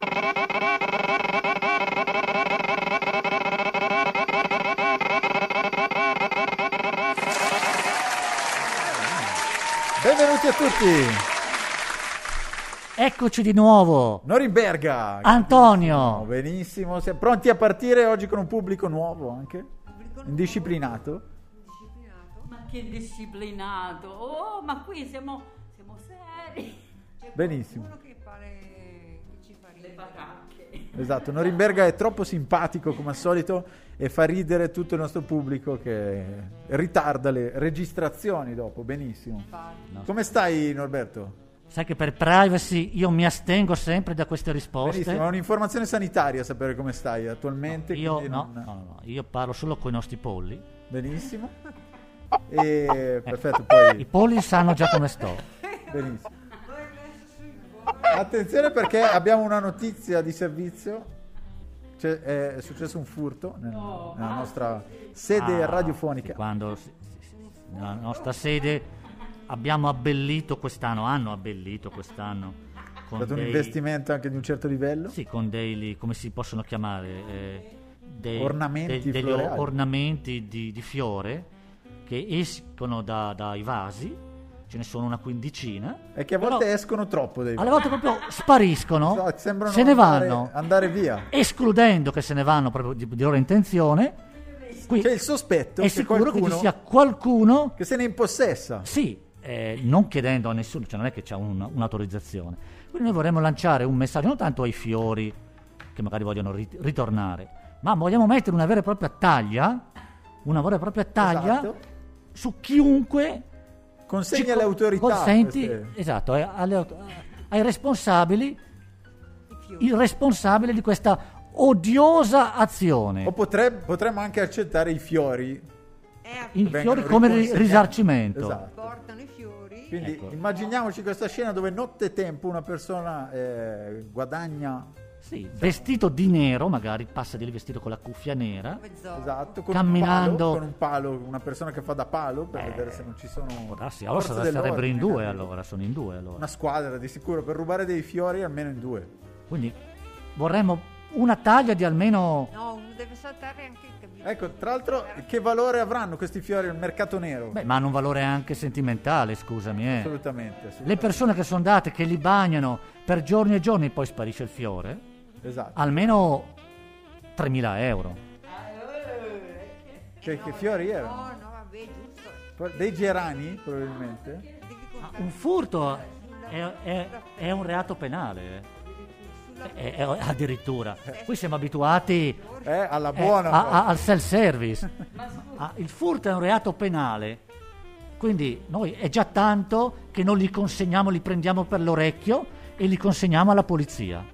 Benvenuti a tutti. Eccoci di nuovo. Norimberga. Antonio. Benissimo. Siamo pronti a partire oggi con un pubblico nuovo anche. Indisciplinato. Ma che indisciplinato. Oh, ma qui siamo seri. Benissimo. Uno che pare che ci fa Le ridere. patacche. Esatto, Norimberga è troppo simpatico come al solito e fa ridere tutto il nostro pubblico che ritarda le registrazioni dopo. Benissimo. No. Come stai, Norberto? Sai che per privacy io mi astengo sempre da queste risposte. Benissimo, è un'informazione sanitaria sapere come stai attualmente. Io, quindi no, non- no, io parlo solo con i nostri polli. Benissimo. E perfetto, I poi polli sanno già come sto. benissimo. Attenzione perché abbiamo una notizia di servizio. È successo un furto nella nostra sede radiofonica. Quando nella nostra sede abbiamo abbellito quest'anno, hanno abbellito quest'anno. È Con stato un investimento anche di un certo livello. Sì, con dei, come si possono chiamare? Ornamenti degli floreali. ornamenti di fiore che escono dai vasi, ce ne sono una quindicina. È che a però volte escono troppo dei alle volte proprio spariscono, Esatto, sembrano se ne vanno, andare via. escludendo che se ne vanno proprio di loro intenzione. Qui C'è il sospetto è che sicuro che ci qualcuno sia qualcuno, che se ne impossessa. sì, non chiedendo a nessuno, cioè non è che c'è un'autorizzazione. Quindi noi vorremmo lanciare un messaggio non tanto ai fiori che magari vogliono ritornare, ma vogliamo mettere una vera e propria taglia, Esatto. su chiunque Consegna ci alle autorità. consenti, queste- esatto, ai responsabili, il responsabile di questa odiosa azione. O potremmo anche accettare i fiori. I vengono fiori come riconsegnati. risarcimento. Esatto. Portano i fiori. Quindi Ecco. immaginiamoci questa scena dove nottetempo una persona guadagna, Sì, vestito di nero, magari passa di lì vestito con la cuffia nera. esatto, con Camminando. un palo, una persona che fa da palo per vedere se non ci sono Allora forze sarebbero in dell'ordine, due, allora sono in due allora. una squadra di sicuro per rubare dei fiori almeno in due. Quindi vorremmo una taglia di almeno No, uno deve saltare anche il cabino. Ecco, tra l'altro che valore avranno questi fiori al mercato nero? ma hanno un valore anche sentimentale, scusami. Assolutamente. Le persone che sono andate, che li bagnano per giorni e giorni, poi sparisce il fiore, Esatto. almeno 3.000 euro. Che fiori No, erano? no, vabbè, giusto. Dei gerani, probabilmente. Devi contare Un furto è un reato penale. Addirittura. Qui siamo abituati Alla buona. al self-service. Il furto è un reato penale. Quindi noi è già tanto che non li consegniamo, li prendiamo per l'orecchio e li consegniamo alla polizia.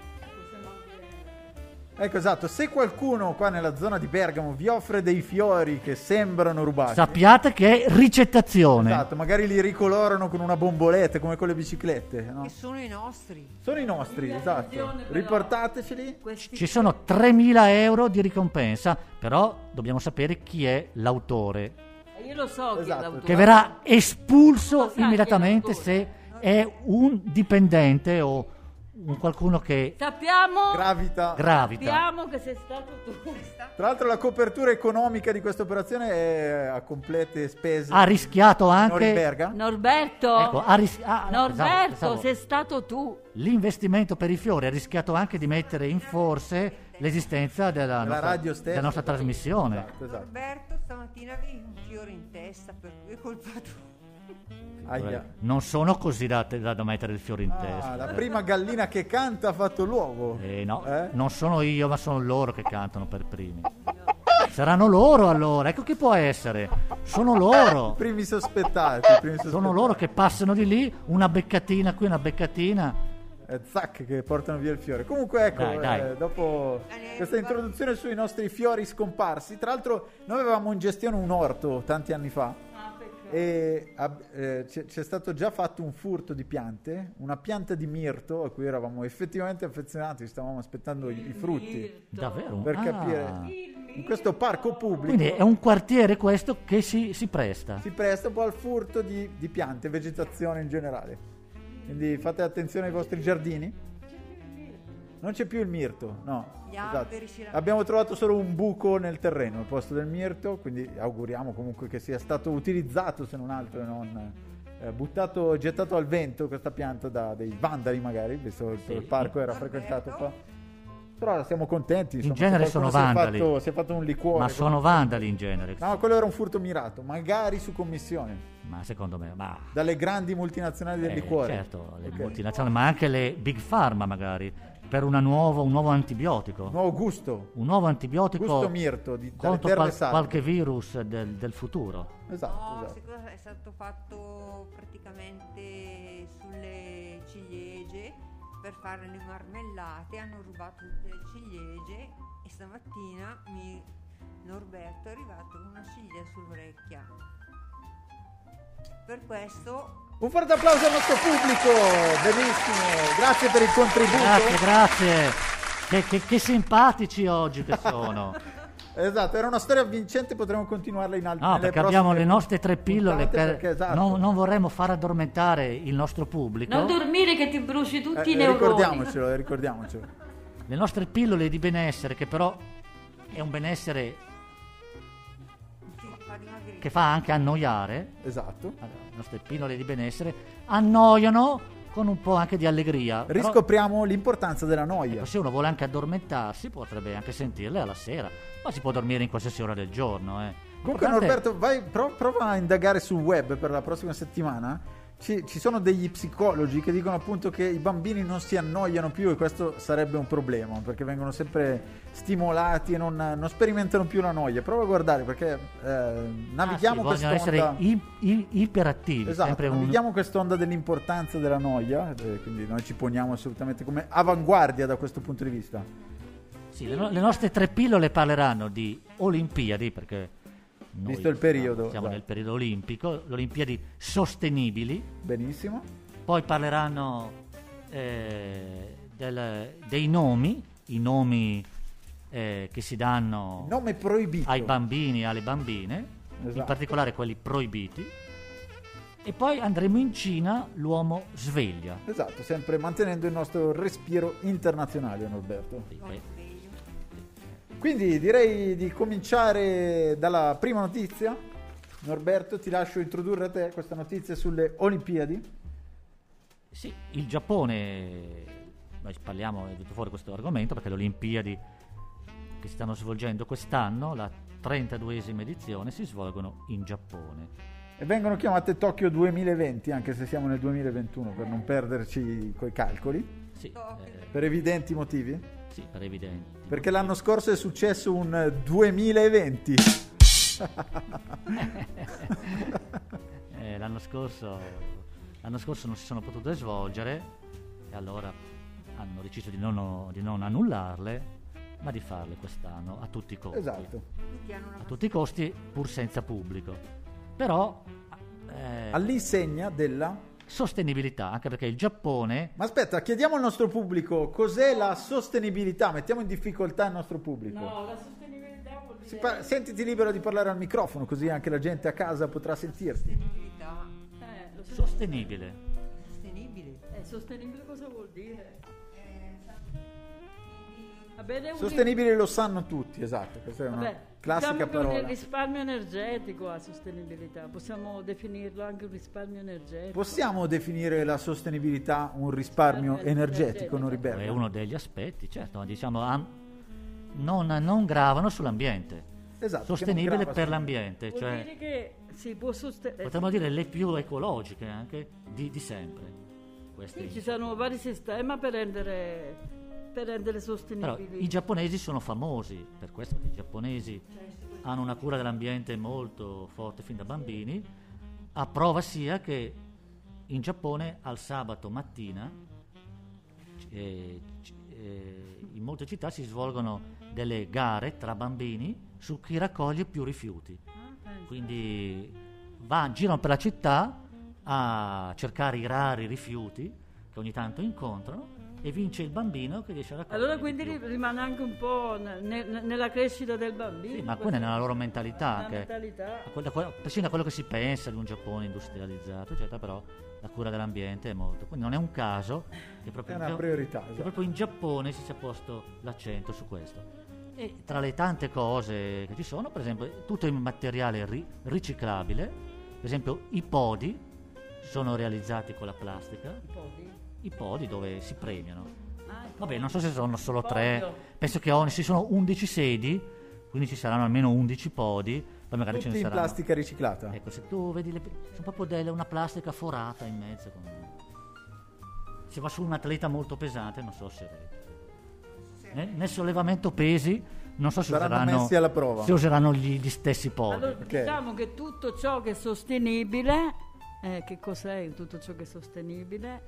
Ecco, esatto. Se qualcuno qua nella zona di Bergamo vi offre dei fiori che sembrano rubati, Sappiate che è ricettazione. esatto, magari li ricolorano con una bomboletta come con le biciclette, no? che sono i nostri. Sono i nostri, esatto. Attenzione, però. Riportateceli. Ci sono 3.000 euro di ricompensa, però dobbiamo sapere chi è l'autore, Io lo so che Esatto. è l'autore. che verrà espulso Ma sai immediatamente chi è se è un dipendente o un qualcuno che Sappiamo Gravita. sappiamo che sei stato tu. Tra l'altro la copertura economica di questa operazione è a complete spese. ha rischiato anche Norimberga. Norberto, ecco, Norberto, pensavo- sei stato tu. l'investimento per i fiori ha rischiato anche di mettere in forse l'esistenza della radio stessa. della nostra trasmissione. Esatto. Roberto, stamattina avevi un fiore in testa, per cui è colpa tua. Ahia. Non sono così da mettere il fiore in Ah, testa. la prima gallina che canta ha fatto l'uovo. No, Eh? non sono io, ma sono loro che cantano per primi. Saranno loro allora, ecco chi può essere. Sono loro. I primi sospettati. Sono loro che passano di lì, una beccatina qui, una beccatina. Zac che portano via il fiore. Comunque ecco, Dai. dopo questa introduzione sui nostri fiori scomparsi, tra l'altro noi avevamo in gestione un orto tanti anni fa e c'è stato già fatto un furto di piante, una pianta di mirto a cui eravamo effettivamente affezionati, stavamo aspettando i frutti Davvero? per capire. In questo parco pubblico Quindi è un quartiere questo che si presta. si presta un po' al furto di piante, vegetazione in generale. Quindi fate attenzione ai vostri giardini. Non c'è più il mirto, no. Gli Esatto. alberi si Abbiamo trovato solo un buco nel terreno al posto del mirto, quindi auguriamo comunque che sia stato utilizzato, se non altro, e non buttato, gettato al vento questa pianta da dei vandali magari, visto che il parco era frequentato qua. Però siamo contenti. In genere se sono qualcuno vandali. Si è fatto un liquore. Ma sono vandali in genere. No, quello era un furto mirato, magari su commissione, Ma secondo me, dalle grandi multinazionali del liquore. certo, le Ok. multinazionali, ma anche le big pharma magari, per un nuovo antibiotico. Nuovo gusto. Un nuovo antibiotico Gusto mirto dalle contro terre salde. qualche virus del futuro. Esatto, No, esatto. secondo me è stato fatto praticamente sulle ciliegie per fare le marmellate, hanno rubato tutte le ciliegie e stamattina Norberto è arrivato con una ciliegia sull'orecchia. Per questo Un forte applauso al nostro pubblico, benissimo, grazie per il contributo. Grazie. Che simpatici oggi che sono. Esatto, era una storia avvincente, potremmo continuarla in altre No, perché abbiamo le nostre 3 pillole perché, esatto. non vorremmo far addormentare il nostro pubblico. Non dormire che ti bruci tutti i neuroni. ricordiamocelo. Le nostre pillole di benessere, che però è un benessere si fa dimagrire. che fa anche annoiare. Esatto. Allora, le nostre pillole di benessere annoiano con un po' anche di allegria. Però, Riscopriamo l'importanza della noia. ecco, se uno vuole anche addormentarsi, potrebbe anche sentirle alla sera. Ma si può dormire in qualsiasi ora del giorno. Comunque L'importante- Norberto, prova a indagare sul web per la prossima settimana. Ci sono degli psicologi che dicono appunto che i bambini non si annoiano più, e questo sarebbe un problema perché vengono sempre stimolati e non sperimentano più la noia. Prova a guardare perché navighiamo vogliono quest'onda. essere iperattivi. Esatto, sempre navighiamo quest'onda dell'importanza della noia, quindi noi ci poniamo assolutamente come avanguardia da questo punto di vista. Sì, le nostre 3 pillole parleranno di Olimpiadi, perché noi Visto il periodo, siamo esatto. nel periodo olimpico, le Olimpiadi sostenibili. Benissimo. Poi parleranno dei nomi, i nomi che si danno Nome proibito. ai bambini e alle bambine, Esatto. in particolare quelli proibiti. E poi andremo in Cina, l'uomo sveglia. Esatto, sempre mantenendo il nostro respiro internazionale, Norberto. Sì, Non beh, sveglio. Quindi direi di cominciare dalla prima notizia. Norberto, ti lascio introdurre a te questa notizia sulle Olimpiadi. sì, il Giappone, noi parliamo, è venuto fuori questo argomento perché le Olimpiadi che si stanno svolgendo quest'anno, la 32esima edizione, si svolgono in Giappone. E vengono chiamate Tokyo 2020, anche se siamo nel 2021, per non perderci coi calcoli, Sì, per evidenti motivi. sì, per evidente. Perché l'anno scorso è successo un 2020. L'anno scorso non si sono potute svolgere e allora hanno deciso di non annullarle, ma di farle quest'anno a tutti i costi. Esatto. Tutti hanno una A tutti i costi, pur senza pubblico. Però All'insegna della... sostenibilità, anche perché il Giappone... Ma aspetta, chiediamo al nostro pubblico cos'è la sostenibilità. Mettiamo in difficoltà il nostro pubblico. No, la sostenibilità vuol dire... Sentiti libero di parlare al microfono, così anche la gente a casa potrà sentirti. sostenibilità. lo so. sostenibile. Sostenibile. Sostenibile cosa vuol dire? Va bene, Sostenibile lo sanno tutti, esatto. Questa è una Vabbè, classica diciamo che parola. un risparmio energetico a sostenibilità, possiamo definirlo anche un risparmio energetico. Possiamo definire la sostenibilità un risparmio Risparmio energetico, non È Riberto? uno degli aspetti, certo, diciamo, non gravano sull'ambiente. Esatto, che non Sostenibile grava per su- l'ambiente, Vuol cioè dire che si può sostenere. potremmo dire le più ecologiche anche di sempre. Queste. Ci sono vari sistemi per rendere Però sostenibili. i giapponesi sono famosi per questo, perché i giapponesi hanno una cura dell'ambiente molto forte fin da bambini, a prova sia che in Giappone al sabato mattina in molte città si svolgono delle gare tra bambini su chi raccoglie più rifiuti. Quindi girano per la città a cercare i rari rifiuti che ogni tanto incontrano e vince il bambino che riesce a raccogliere. Allora di quindi più. rimane anche un po' nella crescita del bambino. Sì, ma quella è nella loro mentalità, Nella che mentalità. prescinde da quello che si pensa di un Giappone industrializzato, eccetera, però la cura dell'ambiente è molto. Quindi non è un caso che proprio, È una priorità, che esatto. proprio in Giappone si sia posto l'accento su questo. E tra le tante cose che ci sono, per esempio, tutto in materiale riciclabile, per esempio i podi sono realizzati con la plastica, i podi dove si premiano. Vabbè, non so se sono solo 3, penso che ci sono 11 sedi, quindi ci saranno almeno 11 podi, poi magari ce Tutti ne in saranno. plastica riciclata. Ecco, se tu vedi, sono proprio una plastica forata in mezzo. Se va su un atleta molto pesante, non so se nel sollevamento pesi, non so se Saranno messi alla prova. se useranno gli stessi podi. Allora, Ok. diciamo che tutto ciò che è sostenibile, che cos'è tutto ciò che è sostenibile?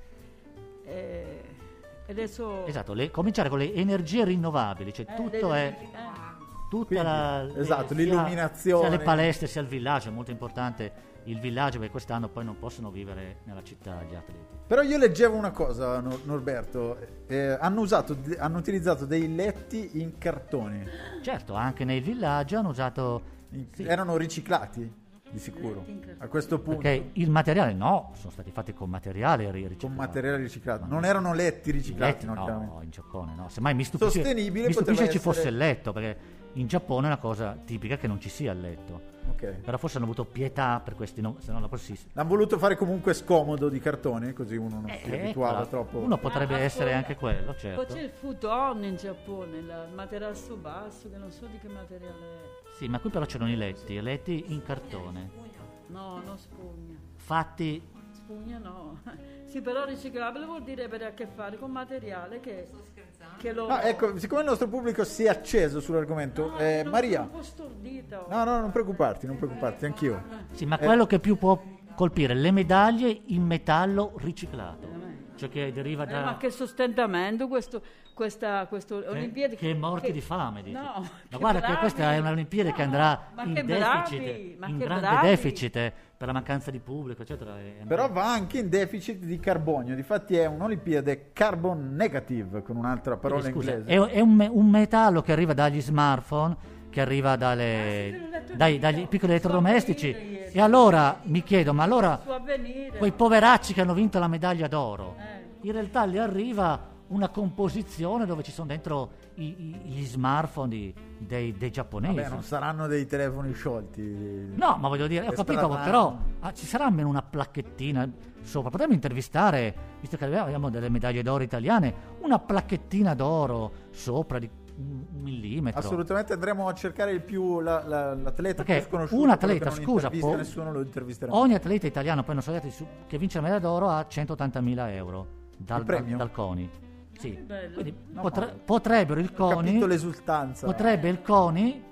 Adesso Esatto, cominciare con le energie rinnovabili, cioè tutto è tutta Quindi, esatto, sia- l'illuminazione. sia le palestre sia il villaggio, è molto importante il villaggio perché quest'anno poi non possono vivere nella città gli atleti. Però io leggevo una cosa, Norberto, hanno utilizzato dei letti in cartone, Certo, anche nei villaggi hanno usato sì, erano riciclati di sicuro. A questo punto, perché il materiale sono stati fatti con materiale riciclato. con materiale riciclato, non erano letti riciclati, Letti, chiaramente. no, in Giappone no. Semmai mi stupisce, Sostenibile mi stupisce poteva ci fosse essere- il letto, perché in Giappone è una cosa tipica che non ci sia il letto. Ok. Però forse hanno avuto pietà per questi, se no la possibile. L'hanno voluto fare comunque scomodo di cartone, così uno non si abituava troppo. Uno potrebbe Ma essere ascolta, anche quello, poi certo. c'è il futon in Giappone, il materasso basso, che non so di che materiale è. Sì, ma qui però c'erano i letti in cartone, No, non spugna. fatti. Spugna no. Sì, però riciclabile vuol dire avere a che fare con materiale che lo... No, ecco, siccome il nostro pubblico si è acceso sull'argomento, Maria, Sono un po' stordita. no, non preoccuparti, anch'io. Sì, ma quello che più può colpire le medaglie in metallo riciclato, cioè che deriva da Ma che sostentamento questo Olimpiadi che morti di fame, dici. No, Ma che guarda che bravi. questa è un'Olimpiade che andrà Ma in che deficit, bravi, ma in che grande bravi. deficit per la mancanza di pubblico, eccetera. Però va anche in deficit di carbonio, difatti è un'Olimpiade carbon negative, con un'altra parola Scusa, inglese. è un metallo che arriva dagli smartphone, che arriva dagli piccoli elettrodomestici. E allora mi chiedo, ma allora Su Avvenire. quei poveracci che hanno vinto la medaglia d'oro, in realtà gli arriva una composizione dove ci sono dentro gli smartphone dei giapponesi. Vabbè, non saranno dei telefoni sciolti. No, ma voglio dire, ho capito, Estratranno. però ci sarà almeno una placchettina sopra. Potremmo intervistare, visto che abbiamo delle medaglie d'oro italiane, una placchettina d'oro sopra di 1 millimetro. Assolutamente andremo a cercare il più l'atleta Perché più sconosciuto. un quello che atleta, non scusa, intervista nessuno, lo intervisteremo. ogni atleta italiano, poi non so che vince la medaglia d'oro, ha 180.000 euro Il premio? dal CONI. Sì. Bello. Quindi No, potrebbero il Ho capito CONI l'esultanza. potrebbe il CONI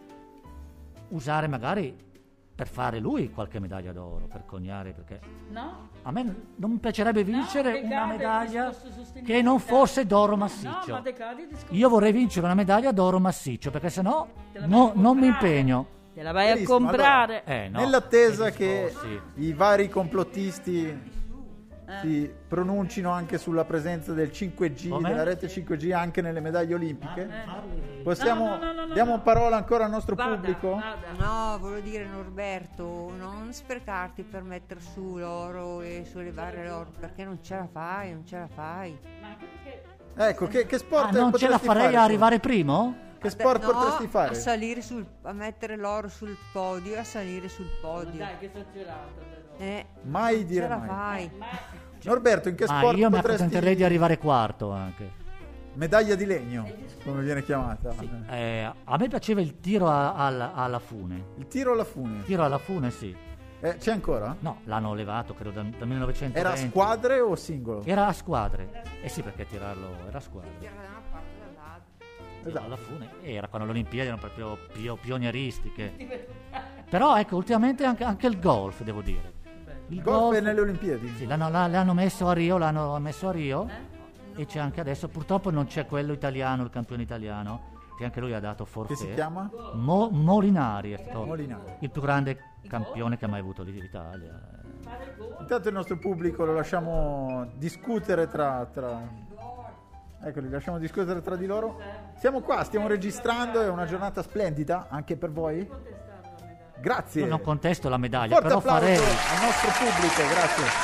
usare magari per fare lui qualche medaglia d'oro, per coniare, perché No? a me non mi piacerebbe vincere decade una il medaglia discorso sostenibilità. che non fosse d'oro No, massiccio. ma decadi il discorso. Io vorrei vincere una medaglia d'oro massiccio, perché sennò Te la vai a non mi comprare. impegno. Te la vai a Benissimo, comprare. No, Nell'attesa i che discorsi. i vari complottisti si pronuncino anche sulla presenza del 5G, Come? della rete 5G anche nelle medaglie olimpiche, Possiamo... No, diamo parola ancora al nostro Vada, pubblico? vada. No, volevo dire Norberto, non sprecarti per mettere su l'oro e sollevare l'oro, perché non ce la fai. Ma perché? Ecco, che sport non ce la potresti farei fare? a arrivare primo? Che sport No, potresti fare? a mettere l'oro sul podio e a salire sul podio. Dai, che esagerato però. Mai non dire ce la mai. fai. Norberto, in che sport Io mi potresti... accontenterei di arrivare quarto anche. Medaglia di legno, come viene chiamata. A me piaceva il tiro alla fune. Il tiro alla fune. Tiro alla fune, sì. C'è ancora? No, l'hanno levato, credo, dal 1920. Era a squadre o singolo? Era a squadre. Eh sì, perché tirarlo era a squadre. Tira da una parte e dall'altra. Tiro Esatto. alla fune. Era quando le Olimpiadi erano proprio pionieristiche. Però ecco, ultimamente anche il golf, devo dire. Il Golf è nelle Olimpiadi? Sì, l'hanno messo a Rio, e c'è anche adesso, purtroppo non c'è quello italiano, il campione italiano, che anche lui ha dato Che forfait. si chiama? Molinari è stato Molinari. il più grande campione che ha mai avuto l'Italia. Intanto il nostro pubblico lo lasciamo discutere Ecco, li lasciamo discutere tra di loro. Siamo qua, stiamo registrando, è una giornata splendida anche per voi. Grazie. Io non contesto la medaglia, Forte però applauso farei. al nostro pubblico, grazie.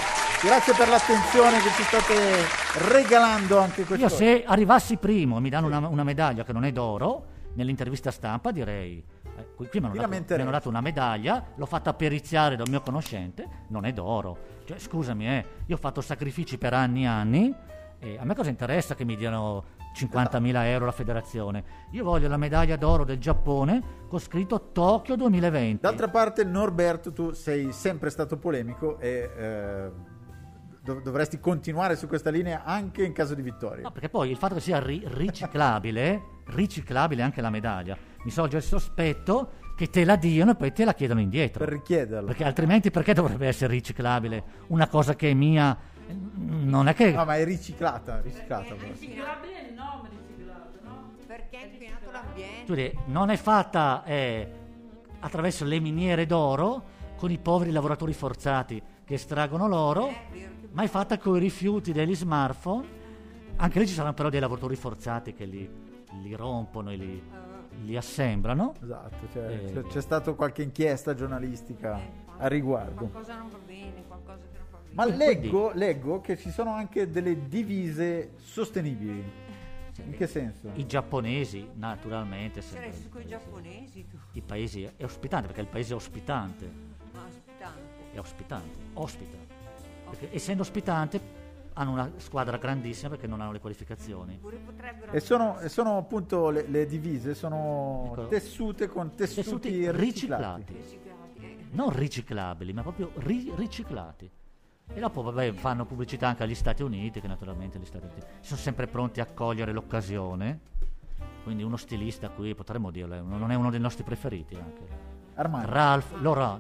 Grazie per l'attenzione che ci state regalando anche Io quest'oggi. se arrivassi primo e mi danno una medaglia che non è d'oro, nell'intervista stampa direi, qui mi hanno dato una medaglia, l'ho fatta periziare da un mio conoscente, non è d'oro. Cioè, scusami, io ho fatto sacrifici per anni e anni, e a me cosa interessa che mi diano 50.000 euro la federazione? Io voglio la medaglia d'oro del Giappone con scritto Tokyo 2020. D'altra parte, Norberto, tu sei sempre stato polemico e dovresti continuare su questa linea anche in caso di vittoria. No, perché poi il fatto che sia riciclabile anche la medaglia, mi sorge il sospetto che te la diano e poi te la chiedono indietro. Per richiederla. Perché altrimenti perché dovrebbe essere riciclabile? Una cosa che è mia, non è che... No, ma è riciclata. Riciclabile e non riciclato, no? Perché ha inquinato l'ambiente. Tu dici, non è fatta attraverso le miniere d'oro con i poveri lavoratori forzati che estraggono l'oro, ma è fatta con i rifiuti degli smartphone. Anche lì ci saranno però dei lavoratori forzati che li rompono e li assemblano. Esatto, c'è stata qualche inchiesta giornalistica a riguardo. Qualcosa non va bene, qualcosa che non va bene. Ma leggo che ci sono anche delle divise sostenibili. In che senso? I giapponesi, naturalmente, Saresti con i giapponesi tu. i paesi è ospitante, perché il paese è ospitante. Ma ospitante. È ospitante, ospita. Perché essendo ospitante hanno una squadra grandissima perché non hanno le qualificazioni. Pure potrebbero. E sono appunto le divise, sono Ecco. tessute con tessuti riciclati. Riciclati. Non riciclabili, ma proprio riciclati. E dopo fanno pubblicità anche agli Stati Uniti, che naturalmente gli Stati Uniti sono sempre pronti a cogliere l'occasione. Quindi uno stilista qui, potremmo dirlo, non è uno dei nostri preferiti anche. Armani. Ralph Lauren,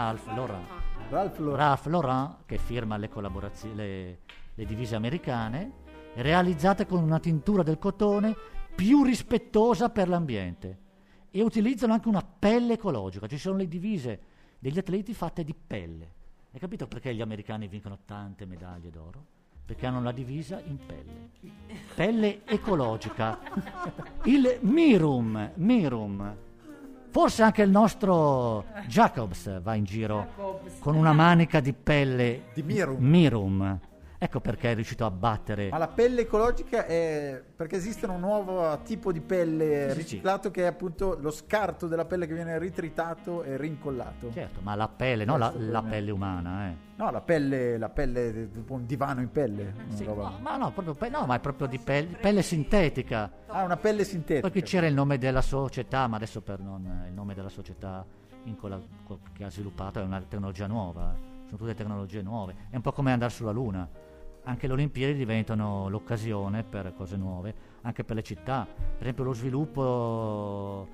Ralph Lauren. Ralph Lauren, che firma le collaborazioni, le divise americane, realizzate con una tintura del cotone più rispettosa per l'ambiente, e utilizzano anche una pelle ecologica. Ci sono le divise degli atleti fatte di pelle. Hai capito perché gli americani vincono tante medaglie d'oro? Perché hanno la divisa in pelle ecologica. Il Mirum. Forse anche il nostro Jacobs va in giro con una manica di pelle Di Mirum. Mirum. Ecco perché è riuscito a battere. Ma la pelle ecologica è perché esiste un nuovo tipo di pelle Sì, riciclato che è appunto lo scarto della pelle che viene ritritato e rincollato. Certo, ma la pelle, no, la Questo pelle umana, No, la pelle tipo un divano in pelle. una Sì, roba. no, ma è proprio di pelle sintetica. Ah, una pelle sintetica. Poi qui c'era il nome della società, ma adesso il nome della società che ha sviluppato è una tecnologia nuova. Sono tutte tecnologie nuove. È un po' come andare sulla Luna. Anche le Olimpiadi diventano l'occasione per cose nuove, anche per le città. Per esempio lo sviluppo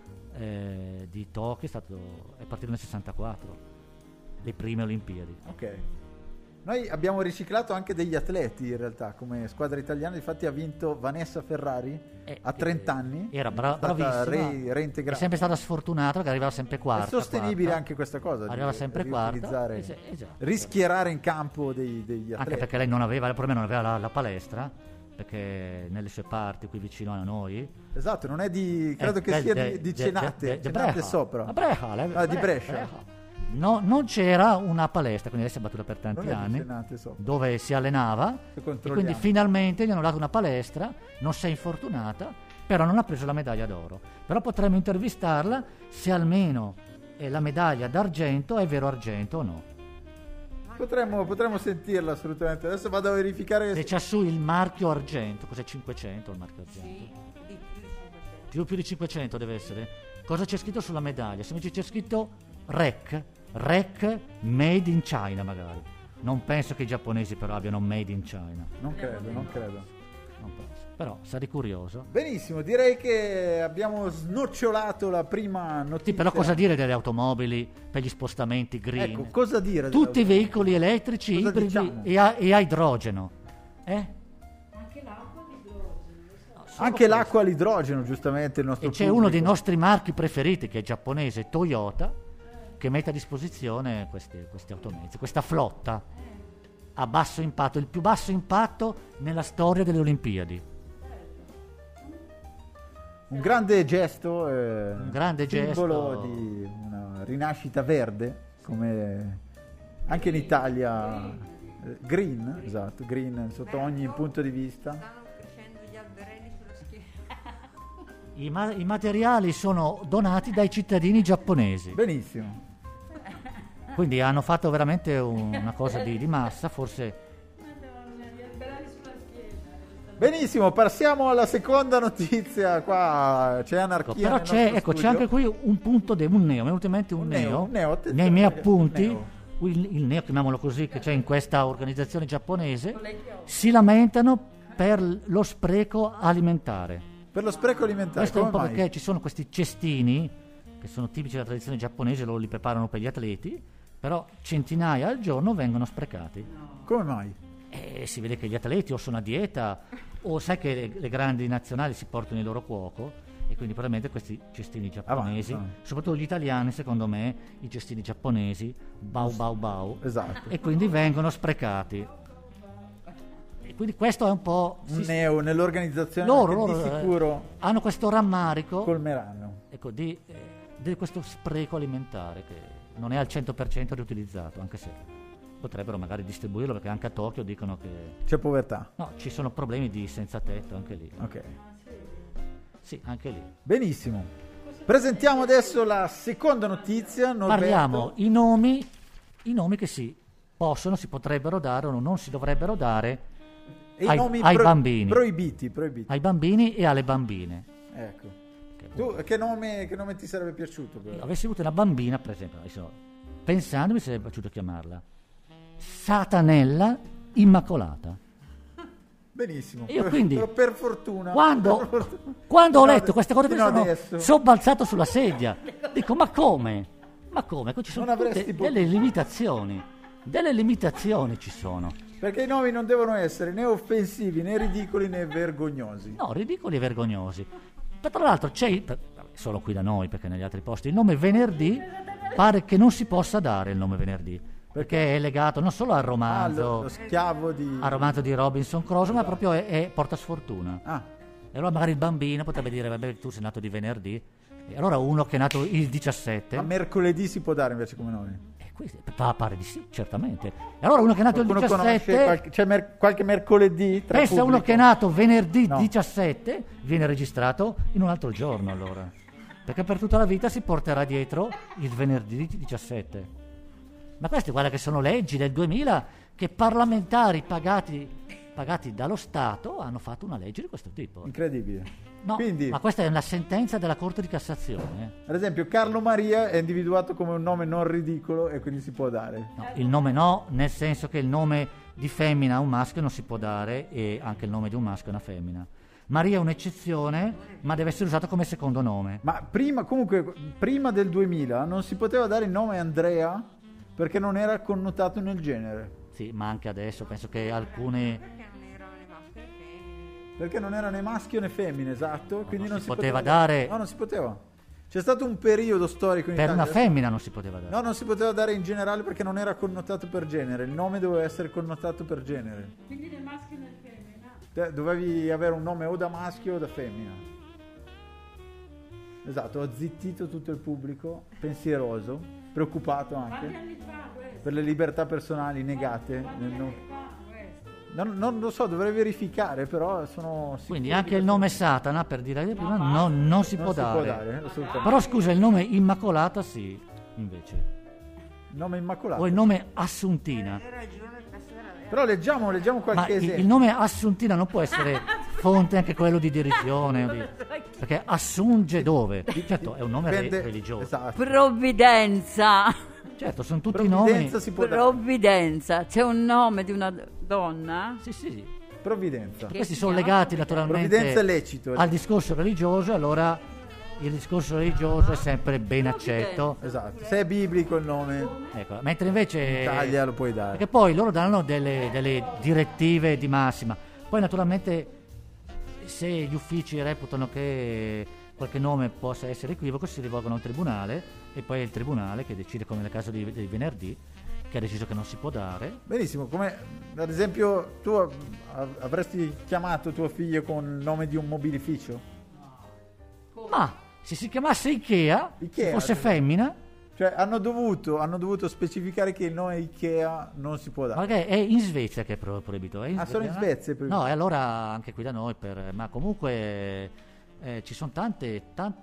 di Tokyo è partito nel 64, le prime Olimpiadi. Ok. Noi abbiamo riciclato anche degli atleti in realtà, come squadra italiana. Infatti ha vinto Vanessa Ferrari a 30 anni. Era È stata bravissima. È reintegrata. sempre stata sfortunata perché arrivava sempre quarta. È sostenibile quarta. anche questa cosa. Arrivava di sempre quarta. riutilizzare, Esatto. rischiarare in campo degli atleti. Anche perché lei non aveva, il problema non aveva la palestra, perché nelle sue parti qui vicino a noi. Esatto, non è di. Credo che sia di Cenate. Cenate sopra. A Brescia, di Brescia. No, non c'era una palestra, quindi lei si è battuta per tanti Non è di anni, Cenate sopra. dove si allenava, Se e controlliamo. quindi finalmente gli hanno dato una palestra, non si è infortunata, però non ha preso la medaglia d'oro. Però potremmo intervistarla se almeno la medaglia d'argento è vero argento o no. Potremmo sentirla assolutamente. Adesso vado a verificare. Se c'è su il marchio argento, cos'è 500 il marchio argento? Sì, di più Più di 500 deve essere. Cosa c'è scritto sulla medaglia? Se invece c'è scritto REC made in China magari. Non penso che i giapponesi però abbiano made in China. Non credo. Non penso. Però sarei curioso. Benissimo, direi che abbiamo snocciolato la prima notizia. Sì, però cosa dire delle automobili per gli spostamenti green? Ecco, cosa dire? Tutti i veicoli elettrici, Cosa ibridi diciamo? e a idrogeno. Anche l'acqua di idrogeno. Anche l'acqua all'idrogeno, giustamente il nostro E c'è pubblico. uno dei nostri marchi preferiti, che è giapponese, Toyota, che mette a disposizione questi automezzi, questa flotta a basso impatto, il più basso impatto nella storia delle Olimpiadi. Un grande gesto, gesto. simbolo di una rinascita verde, come anche in Italia Green, esatto, green sotto ogni punto di vista. Stanno crescendo gli alberelli sulla schiena. I materiali sono donati dai cittadini giapponesi, Benissimo. quindi hanno fatto veramente una cosa di massa, forse. Madonna, gli alberelli sulla schiena. Benissimo, passiamo alla seconda notizia. Qua c'è anarchia. Però nel c'è, nostro ecco, c'è studio. anche qui un punto, un neo, mi è venuto in mente un neo, attenzione, nei miei appunti, neo. il neo, chiamiamolo così, che c'è in questa organizzazione giapponese, Con le chiappe. si lamentano per lo spreco alimentare. Per lo spreco alimentare. Questo è un po' come mai? perché ci sono questi cestini che sono tipici della tradizione giapponese, loro li preparano per gli atleti, però centinaia al giorno vengono sprecati. Come mai? E si vede che gli atleti o sono a dieta o sai che le grandi nazionali si portano il loro cuoco e quindi probabilmente questi cestini giapponesi, Avanzano. soprattutto gli italiani, secondo me, i cestini giapponesi, bau bau bau, Esatto. e quindi vengono sprecati. E quindi questo è un po'... Un neo nell'organizzazione loro, che di sicuro hanno questo rammarico, colmeranno. ecco, di questo spreco alimentare che non è al 100% riutilizzato, anche se potrebbero magari distribuirlo, perché anche a Tokyo dicono che C'è povertà. no, ci sono problemi di senza tetto anche lì. Ok. Sì, anche lì. Benissimo. Presentiamo adesso la seconda notizia. Norberto. Parliamo i nomi che si possono, si potrebbero dare o non si dovrebbero dare E i ai- nomi ai bambini. proibiti. ai bambini e alle bambine. Ecco. Che- Tu che nome ti sarebbe piaciuto? Avessi avuto una bambina, per esempio, adesso, pensando mi sarebbe piaciuto chiamarla Satanella Immacolata. Benissimo. Io quindi, Però per fortuna. Quando, per fortuna- quando ho Fino letto queste cose mi fino sono adesso. sobbalzato sulla sedia. Dico, ma come? Ma come? Qui ci sono Non avresti tutte potuto. delle limitazioni. Delle limitazioni ci sono. Perché i nomi non devono essere né offensivi, né ridicoli, né vergognosi. No, ridicoli e vergognosi. Ma tra l'altro solo qui da noi, perché negli altri posti, il nome venerdì pare che non si possa dare il nome venerdì, perché è legato non solo al romanzo, Lo schiavo di... al romanzo di Robinson Crusoe, ma proprio porta sfortuna. Ah, E allora magari il bambino potrebbe dire, vabbè, tu sei nato di venerdì, e allora uno che è nato il 17, ma mercoledì si può dare invece come nome. e qui pare di sì, certamente. E allora uno che è nato Qualcuno il 17, conosce c'è qualche mercoledì tra pensa uno pubblico? che è nato venerdì No. 17, viene registrato in un altro giorno allora. Perché per tutta la vita si porterà dietro il venerdì 17. Ma queste, guarda, che sono leggi del 2000 che parlamentari pagati dallo Stato hanno fatto una legge di questo tipo. Incredibile. No, Quindi, ma questa è una sentenza della Corte di Cassazione. ad esempio, Carlo Maria è individuato come un nome non ridicolo e quindi si può dare. No, il nome no, nel senso che il nome di femmina a un maschio non si può dare e anche il nome di un maschio a una femmina. Maria è un'eccezione, ma deve essere usato come secondo nome. Ma prima del 2000 non si poteva dare il nome Andrea perché non era connotato nel genere. Sì, ma anche adesso penso che alcune... Perché non erano né maschio né femmine? Perché non era né maschio né femmine, esatto. Quindi non si si poteva dare- No, non si poteva. C'è stato un periodo storico in Per Italia. una femmina non si poteva dare. No, non si poteva dare in generale perché non era connotato per genere. Il nome doveva essere connotato per genere. Quindi né maschio né femmina. Dovevi avere un nome o da maschio o da femmina. Esatto, ho zittito tutto il pubblico, pensieroso, preoccupato Quanti anche anni fa questo? per le libertà personali negate. Quanti nel anni nome. fa questo? Non lo so, dovrei verificare, però sono sicuro. Quindi anche di il questo. nome Satana, per dire prima, non si Non può si dare. può dare, assolutamente. Però scusa, il nome Immacolata sì, invece. Nome immacolato. O il nome Assuntina. Hai ragione, questa era vera. Però leggiamo Ma qualche il esempio. nome Assuntina non può essere fonte anche quello di derisione, perché assunge dove? Certo, è un nome Dipende- religioso. Esatto. Provvidenza. Certo, sono tutti nomi. Provvidenza si può dare. Provvidenza. C'è un nome di una donna. Sì, sì. Provvidenza. Questi sono legati naturalmente Provvidenza è lecito. al discorso religioso, allora il discorso religioso è sempre ben accetto. Esatto. Se è biblico il nome, Ecco, mentre invece in Italia lo puoi dare. perché poi loro danno delle direttive di massima. Poi naturalmente se gli uffici reputano che qualche nome possa essere equivoco si rivolgono a un tribunale e poi è il tribunale che decide, come nel caso di venerdì, che ha deciso che non si può dare. Benissimo, come ad esempio tu avresti chiamato tuo figlio con il nome di un mobilificio? Ma se si chiamasse Ikea, Ikea, se fosse sì. femmina, Cioè hanno dovuto specificare che il nome Ikea non si può dare. Ma che è in Svezia che è proibito. Sono in Svezia è proibito. No, e allora anche qui da noi, ma comunque ci sono tanti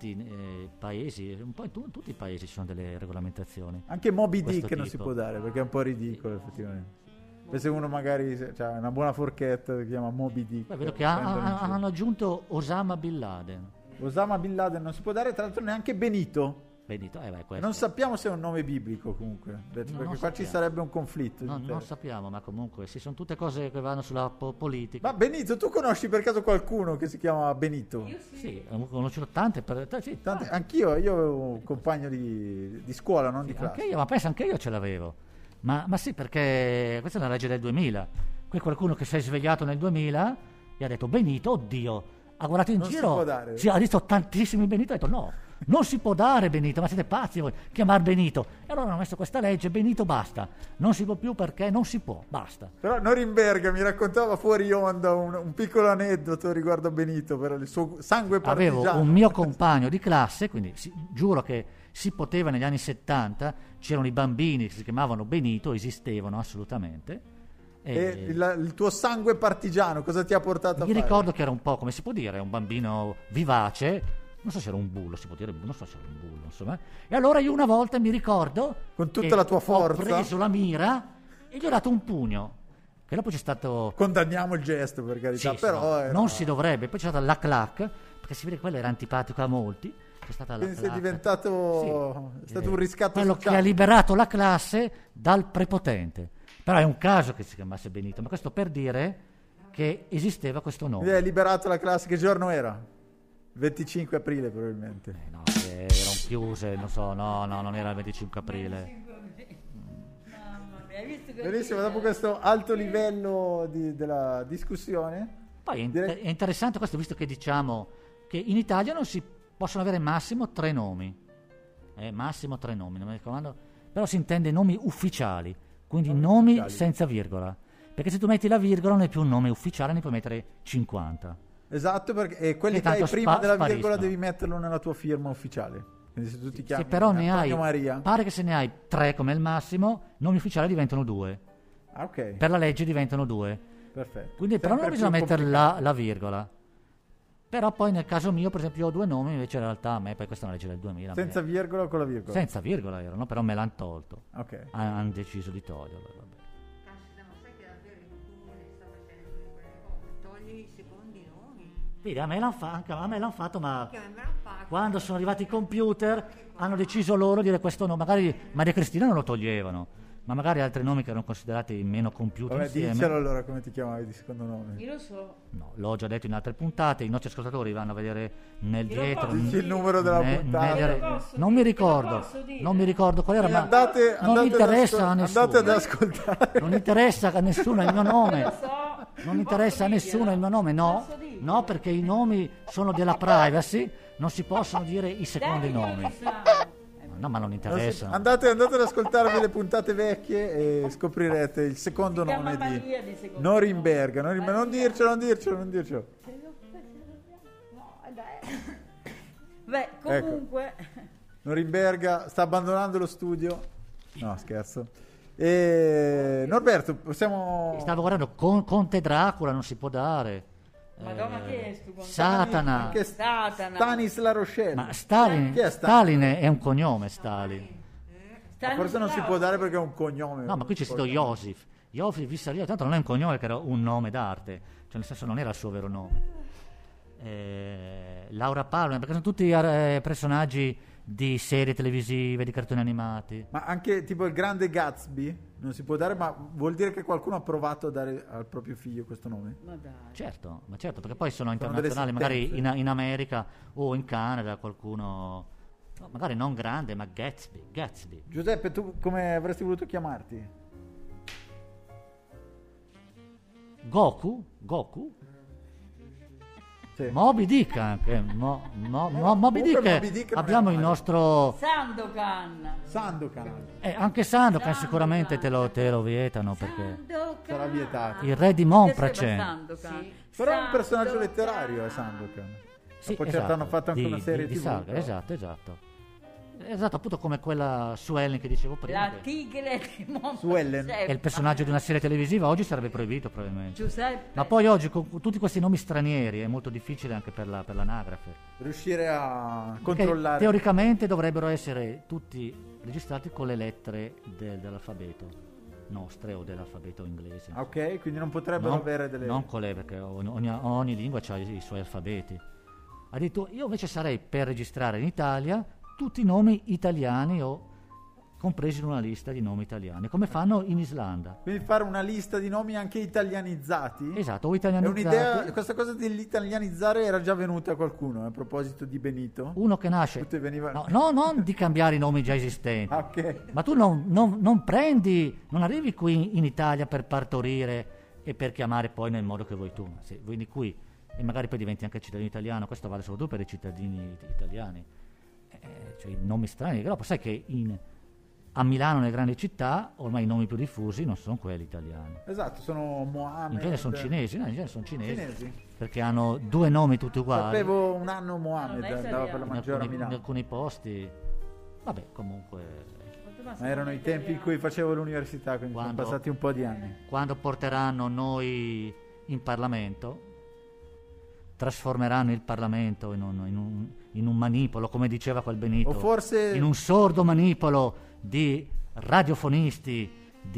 paesi, un po' in tutti i paesi ci sono delle regolamentazioni. Anche Moby Questo Dick non si tipo. può dare perché è un po' ridicolo effettivamente. Se uno magari ha una buona forchetta si chiama Moby Dick. Beh, vedo che prendono in giro. hanno aggiunto Osama Bin Laden. Osama Bin Laden non si può dare, tra l'altro neanche Benito. Benito, questo. Non sappiamo se è un nome biblico comunque, perché non qua ci sappiamo. sarebbe un conflitto. No, non sappiamo, ma comunque sì, sono tutte cose che vanno sulla politica. Ma Benito, tu conosci per caso qualcuno che si chiama Benito? Sì, ho conosciuto tante. Anch'io avevo un compagno di scuola, non di classe. Anche io, ma penso anche io ce l'avevo. Ma sì, perché questa è una legge del 2000. Qui qualcuno che si è svegliato nel 2000 e ha detto Benito, oddio, ha guardato in Non si giro, può dare. ha visto tantissimi Benito, ha detto no, non si può dare Benito, ma siete pazzi voi, chiamare Benito. E allora hanno messo questa legge, Benito basta, non si può più perché non si può, basta. Però Norimberga mi raccontava fuori onda un piccolo aneddoto riguardo a Benito per il suo sangue partigiano. Avevo un mio compagno di classe, quindi giuro che si poteva negli anni 70, c'erano i bambini che si chiamavano Benito, esistevano assolutamente. E il tuo sangue partigiano cosa ti ha portato a Mi fare? ricordo che era un po', come si può dire, un bambino vivace, non so se era un bullo, si può dire, non so se era un bullo, insomma. E allora io una volta mi ricordo Con tutta che la tua forza ho preso la mira e gli ho dato un pugno, che dopo c'è stato... Condanniamo il gesto per carità, Sì, però no, non si dovrebbe, poi c'è stata la clac, perché si vede che quello era antipatico a molti. C'è stata la quindi sei clac. diventato è stato un riscatto quello sociale. che ha liberato la classe dal prepotente. Però è un caso che si chiamasse Benito, ma questo per dire che esisteva questo nome. Quindi hai liberato la classe, che giorno era? 25 aprile probabilmente. No, erano chiuse, non so, no, non era il 25 aprile. Mamma mia, hai visto che Benissimo, dopo questo alto livello della discussione, Poi direi- è interessante questo, visto che diciamo che in Italia non si possono avere massimo 3 nomi. Massimo 3 nomi, non mi raccomando, però si intende nomi ufficiali, quindi nomi ufficiali. senza virgola. Perché se tu metti la virgola non è più un nome ufficiale, ne puoi mettere 50. esatto, perché quelli Che che hai tanto prima della virgola spariscono. devi metterlo nella tua firma ufficiale. Quindi se tu ti chiami Se però ne hai, Antonio Maria, pare che se ne hai 3 come il massimo, nomi ufficiali diventano 2. ok, Per la legge diventano 2. perfetto. Quindi però non Sempre bisogna più mettere complicato. la virgola. Però poi nel caso mio, per esempio, io ho 2 nomi, invece in realtà a me, poi questa è una legge del 2000. Senza virgola o con la virgola? Senza virgola erano, però me l'hanno tolto. Ok. Hanno deciso di toglierlo. Vabbè. Caspita, ma sai che davvero il comune sta facendo quelle cose? Togli i secondi nomi. Vedi, anche a me l'hanno fatto, ma Che a me me l'hanno fatto. quando sono arrivati i computer hanno deciso loro di dire questo nome. Magari Maria Cristina non lo toglievano, ma magari altri nomi che erano considerati meno compiuti Vabbè, insieme. dicelo allora come ti chiamavi di secondo nome. Io lo so. No, l'ho già detto in altre puntate, i nostri ascoltatori vanno a vedere nel Io lo dietro. posso Dici il numero della ne- puntata. nelle- Io lo posso non mi dire, ricordo, io lo posso dire. non mi ricordo qual era, ma Andate non interessa a ad nessuno. andate ad ascoltare. Non interessa a nessuno il mio nome. Lo so. Non interessa a nessuno il mio nome, no? Posso dirlo? No, perché i nomi sono della privacy, non si possono dire i secondi nomi. No, ma non interessa. Andate ad ascoltarvi le puntate vecchie e scoprirete il secondo Si chiama nome di Maria di secondo Norimberga. nome. Non dircelo. No, dai. Beh, comunque, Norimberga sta abbandonando lo studio. No, scherzo. E Norberto, possiamo... Stavo guardando Conte Dracula, non si può dare. Madonna, che è sto contatto? Satana. Anche Satana. Stanis La Rochelle. Ma Stalin, Chi è Stalin è un cognome, Stalin. Ma forse non si può dare perché è un cognome. No, ma qui c'è scritto Josif. Josif Vissariono, tanto non è un cognome, che era un nome d'arte. Cioè, nel senso, non era il suo vero nome. Laura Palmer, perché sono tutti personaggi di serie televisive, di cartoni animati. Ma anche tipo il grande Gatsby non si può dare, ma vuol dire che qualcuno ha provato a dare al proprio figlio questo nome? Ma dai. Certo, perché poi sono Sono internazionali, delle magari sentenze. in America o in Canada qualcuno, no, magari non grande, ma Gatsby. Giuseppe, tu come avresti voluto chiamarti? Goku? Sì. Moby Dick anche. Moby Comunque Dick, Moby Dick non è abbiamo il male. nostro... Sandokan. Sandokan. anche Sandokan sicuramente te lo vietano, perché Sandokan. Sarà vietato. il re di Montpracè. Sandokan. Però è un personaggio Sandokan. letterario, Sandokan. Sì, Poi certo hanno fatto anche di- una serie di TV. Saga, però. esatto. Esatto, appunto come quella Suellen che dicevo prima. La tigre di Suellen. Che è il personaggio di una serie televisiva, oggi sarebbe proibito probabilmente. Giuseppe. Ma poi oggi con tutti questi nomi stranieri è molto difficile anche per l'anagrafe. Riuscire a Perché controllare. teoricamente dovrebbero essere tutti registrati con le lettere dell'alfabeto nostre o dell'alfabeto inglese. Ok, quindi non potrebbero avere delle... Non con le, perché ogni lingua ha i suoi alfabeti. Ha detto, io invece sarei per registrare in Italia tutti i nomi italiani o compresi in una lista di nomi italiani, come fanno in Islanda. Quindi fare una lista di nomi anche italianizzati? Esatto, o È italianizzati. un'idea, questa cosa dell'italianizzare era già venuta a qualcuno a proposito di Benito? Uno che nasce... Tutti venivano... No, non di cambiare i nomi già esistenti. Ah, ok. Ma tu non prendi, non arrivi qui in Italia per partorire e per chiamare poi nel modo che vuoi tu. Se vieni qui e magari poi diventi anche cittadino italiano, questo vale soprattutto per i cittadini italiani. Cioè i nomi strani, però sai che a Milano, nelle grandi città, ormai i nomi più diffusi non sono quelli italiani. Esatto, sono Mohammed. In genere sono cinesi, no? In genere sono cinesi, Cinesi. perché hanno due nomi tutti uguali. Sapevo un anno Mohammed Non è andava per la italiano. maggiore a in Milano. alcuni posti. Vabbè, comunque, Ma erano i tempi in cui facevo l'università, quindi sono Quando? passati un po' di anni. quando porteranno noi in Parlamento, trasformeranno il Parlamento in un manipolo, come diceva quel Benito, O forse... in un sordo manipolo di radiofonisti,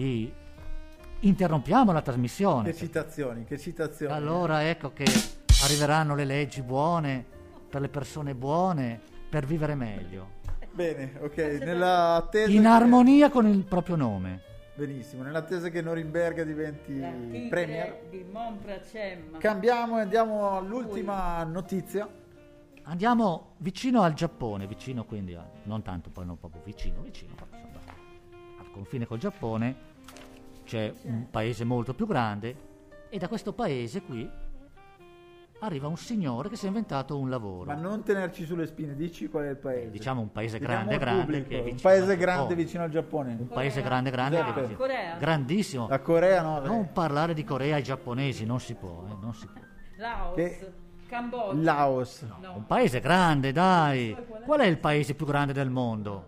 interrompiamo la trasmissione. Che citazioni, che citazioni. Allora ecco che arriveranno le leggi buone per le persone buone per vivere meglio, Bene, ok, nell'attesa in che- armonia con il proprio nome. Benissimo, nell'attesa che Norimberga diventi La tigre premier. di Monpracem. Cambiamo e andiamo all'ultima notizia. Andiamo vicino al Giappone, vicino quindi non tanto, poi non proprio vicino, però insomma, al confine col Giappone c'è un paese molto più grande e da questo paese qui arriva un signore che si è inventato un lavoro. Ma non tenerci sulle spine, dici qual è il paese. Diciamo un paese Diciamo grande, al grande, pubblico, che è un vicino paese al grande Giappone. vicino al Giappone. Un paese grande, grande, Giuseppe. che è vicino- Corea. grandissimo. La Corea no, Non parlare di Corea ai giapponesi, non si può, non si può. Laos. Che- Cambogia. Laos. No. Un paese grande, dai. Qual è il paese più grande del mondo?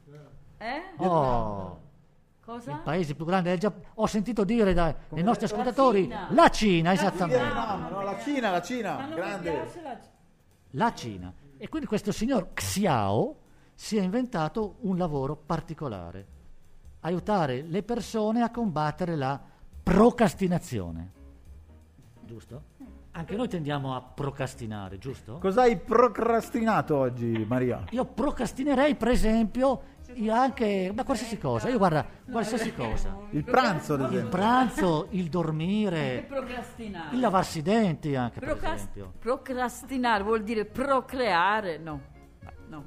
Oh, Cosa? il paese più grande del Giappone. Ho sentito dire dai nostri La ascoltatori Cina. la Cina, esattamente. Vietnam, no, la Cina, Ma non mi grande. piace La Cina. E quindi questo signor Xiao si è inventato un lavoro particolare: aiutare le persone a combattere la procrastinazione. Giusto? Anche noi tendiamo a procrastinare, giusto? Cosa hai procrastinato oggi, Maria? Io procrastinerei, per esempio, anche ma qualsiasi cosa. Io guarda, qualsiasi cosa. Il pranzo, ad Il esempio. pranzo, il Che dormire, procrastinare. il lavarsi i denti anche, per Procras- esempio. procrastinare vuol dire procreare? No. No.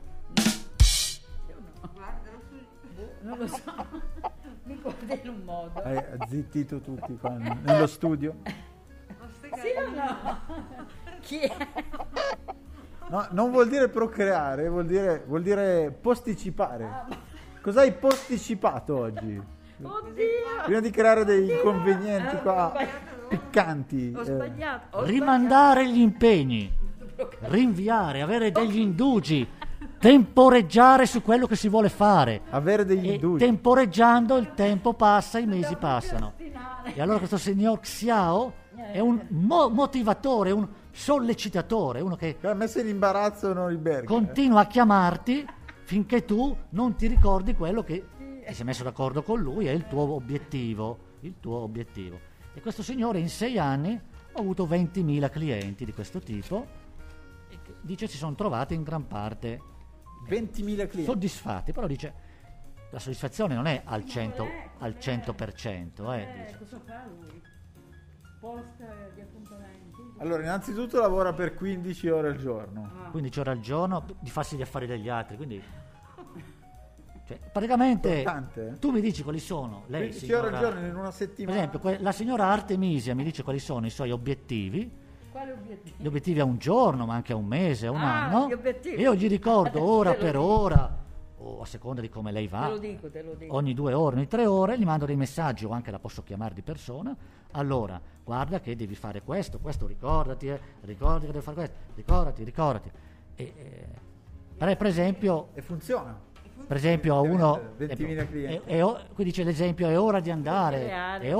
Guardalo sul... Non lo so. Mi guarda in un modo. Hai zittito tutti qua nello studio. Sì o no? Chi è? No, non vuol dire procreare, vuol dire posticipare. Cosa hai posticipato oggi? Oddio. Prima di creare dei inconvenienti qua Ho piccanti. Ho sbagliato. Ho Rimandare gli impegni, rinviare, avere degli indugi, temporeggiare su quello che si vuole fare. Avere degli E indugi. temporeggiando il tempo passa, i mesi passano. E allora questo signor Xiao è un motivatore, un sollecitatore, uno che Ha messo in imbarazzo Norimberga. continua a chiamarti finché tu non ti ricordi quello che ti sei messo d'accordo con lui, è il tuo obiettivo, E questo signore in 6 anni ha avuto 20.000 clienti di questo tipo e che dice si sono trovati in gran parte 20.000 clienti. soddisfatti, però dice la soddisfazione non è al 100%, dice. Cosa fa lui? Posta di appuntamenti? Allora, innanzitutto lavora per 15 ore al giorno. 15 ore al giorno di farsi gli affari degli altri, quindi cioè, praticamente Importante, eh? tu mi dici quali sono lei 15 ore al signora, giorno in una per settimana. esempio la signora Artemisia mi dice quali sono i suoi obiettivi, Quale obiettivo? gli obiettivi a un giorno ma anche a un mese, a un anno, gli obiettivi. e io gli ricordo ora Te lo per dico. ora o a seconda di come lei va, Te lo dico. ogni 2 ore, ogni 3 ore gli mando dei messaggi o anche la posso chiamare di persona. Allora, guarda che devi fare questo, ricordati che devi fare questo, ricordati. Per esempio, E funziona. per esempio uno 20.000 clienti. qui dice l'esempio: è ora di andare